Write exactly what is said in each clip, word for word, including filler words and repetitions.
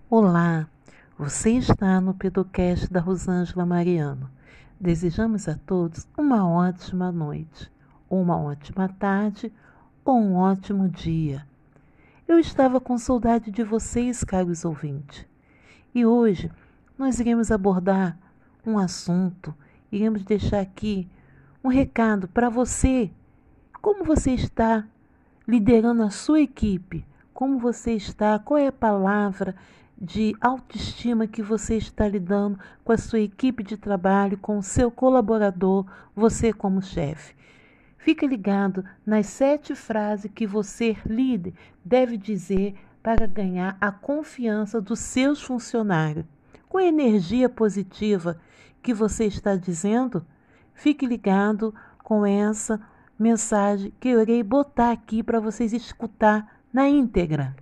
Olá, você está no Pedocast da Rosângela Mariano. Desejamos a todos uma ótima noite, uma ótima tarde ou um ótimo dia. Eu estava com saudade de vocês, caros ouvintes. E hoje nós iremos abordar um assunto, iremos deixar aqui um recado para você. Como você está liderando a sua equipe? Como você está? Qual é a palavra de autoestima que você está lidando com a sua equipe de trabalho, com o seu colaborador, você como chefe? Fique ligado nas sete frases que você, líder, deve dizer para ganhar a confiança dos seus funcionários. Com a energia positiva que você está dizendo, fique ligado com essa mensagem que eu irei botar aqui para vocês escutar na íntegra.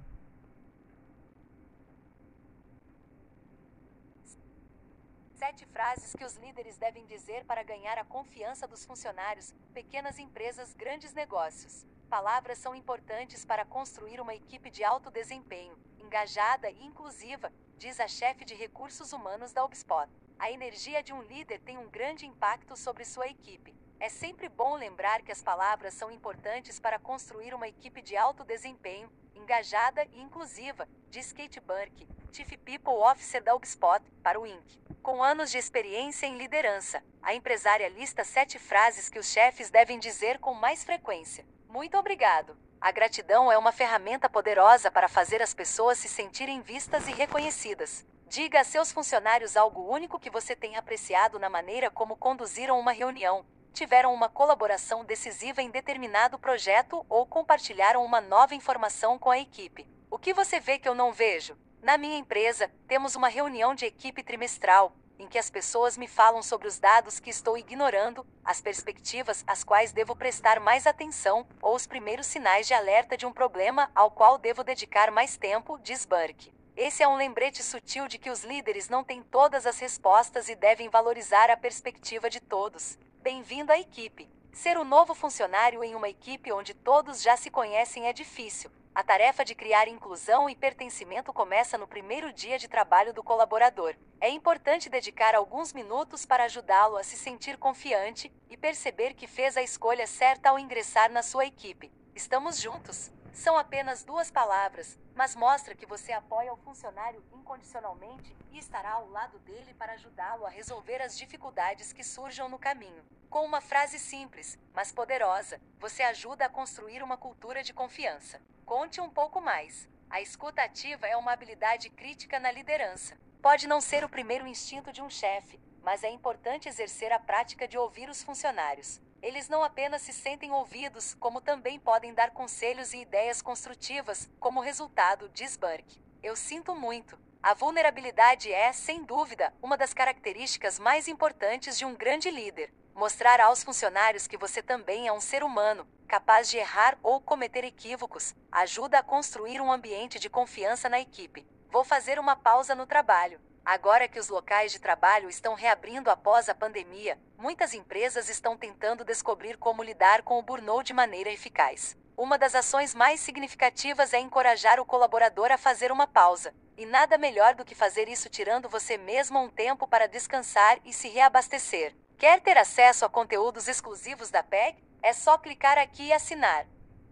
Sete frases que os líderes devem dizer para ganhar a confiança dos funcionários, pequenas empresas, grandes negócios. Palavras são importantes para construir uma equipe de alto desempenho, engajada e inclusiva, diz a chefe de recursos humanos da HubSpot. A energia de um líder tem um grande impacto sobre sua equipe. É sempre bom lembrar que as palavras são importantes para construir uma equipe de alto desempenho, engajada e inclusiva, diz Kate Burke, Chief People Officer da HubSpot, para o Inc. Com anos de experiência em liderança, a empresária lista sete frases que os chefes devem dizer com mais frequência. Muito obrigado. A gratidão é uma ferramenta poderosa para fazer as pessoas se sentirem vistas e reconhecidas. Diga a seus funcionários algo único que você tem apreciado na maneira como conduziram uma reunião, tiveram uma colaboração decisiva em determinado projeto ou compartilharam uma nova informação com a equipe. O que você vê que eu não vejo? Na minha empresa, temos uma reunião de equipe trimestral, em que as pessoas me falam sobre os dados que estou ignorando, as perspectivas às quais devo prestar mais atenção, ou os primeiros sinais de alerta de um problema ao qual devo dedicar mais tempo, diz Burke. Esse é um lembrete sutil de que os líderes não têm todas as respostas e devem valorizar a perspectiva de todos. Bem-vindo à equipe. Ser o novo funcionário em uma equipe onde todos já se conhecem é difícil. A tarefa de criar inclusão e pertencimento começa no primeiro dia de trabalho do colaborador. É importante dedicar alguns minutos para ajudá-lo a se sentir confiante e perceber que fez a escolha certa ao ingressar na sua equipe. Estamos juntos. São apenas duas palavras, mas mostra que você apoia o funcionário incondicionalmente e estará ao lado dele para ajudá-lo a resolver as dificuldades que surjam no caminho. Com uma frase simples, mas poderosa, você ajuda a construir uma cultura de confiança. Conte um pouco mais. A escuta ativa é uma habilidade crítica na liderança. Pode não ser o primeiro instinto de um chefe, mas é importante exercer a prática de ouvir os funcionários. Eles não apenas se sentem ouvidos, como também podem dar conselhos e ideias construtivas, como resultado, diz Burke. Eu sinto muito. A vulnerabilidade é, sem dúvida, uma das características mais importantes de um grande líder. Mostrar aos funcionários que você também é um ser humano, capaz de errar ou cometer equívocos, ajuda a construir um ambiente de confiança na equipe. Vou fazer uma pausa no trabalho. Agora que os locais de trabalho estão reabrindo após a pandemia, muitas empresas estão tentando descobrir como lidar com o burnout de maneira eficaz. Uma das ações mais significativas é encorajar o colaborador a fazer uma pausa. E nada melhor do que fazer isso tirando você mesmo um tempo para descansar e se reabastecer. Quer ter acesso a conteúdos exclusivos da P E G? É só clicar aqui e assinar.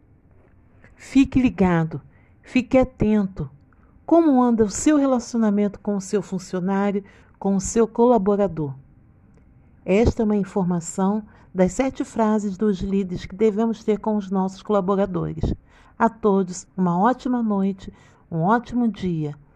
Fique ligado, fique atento. Como anda o seu relacionamento com o seu funcionário, com o seu colaborador? Esta é uma informação das sete frases dos líderes que devemos ter com os nossos colaboradores. A todos, uma ótima noite, um ótimo dia.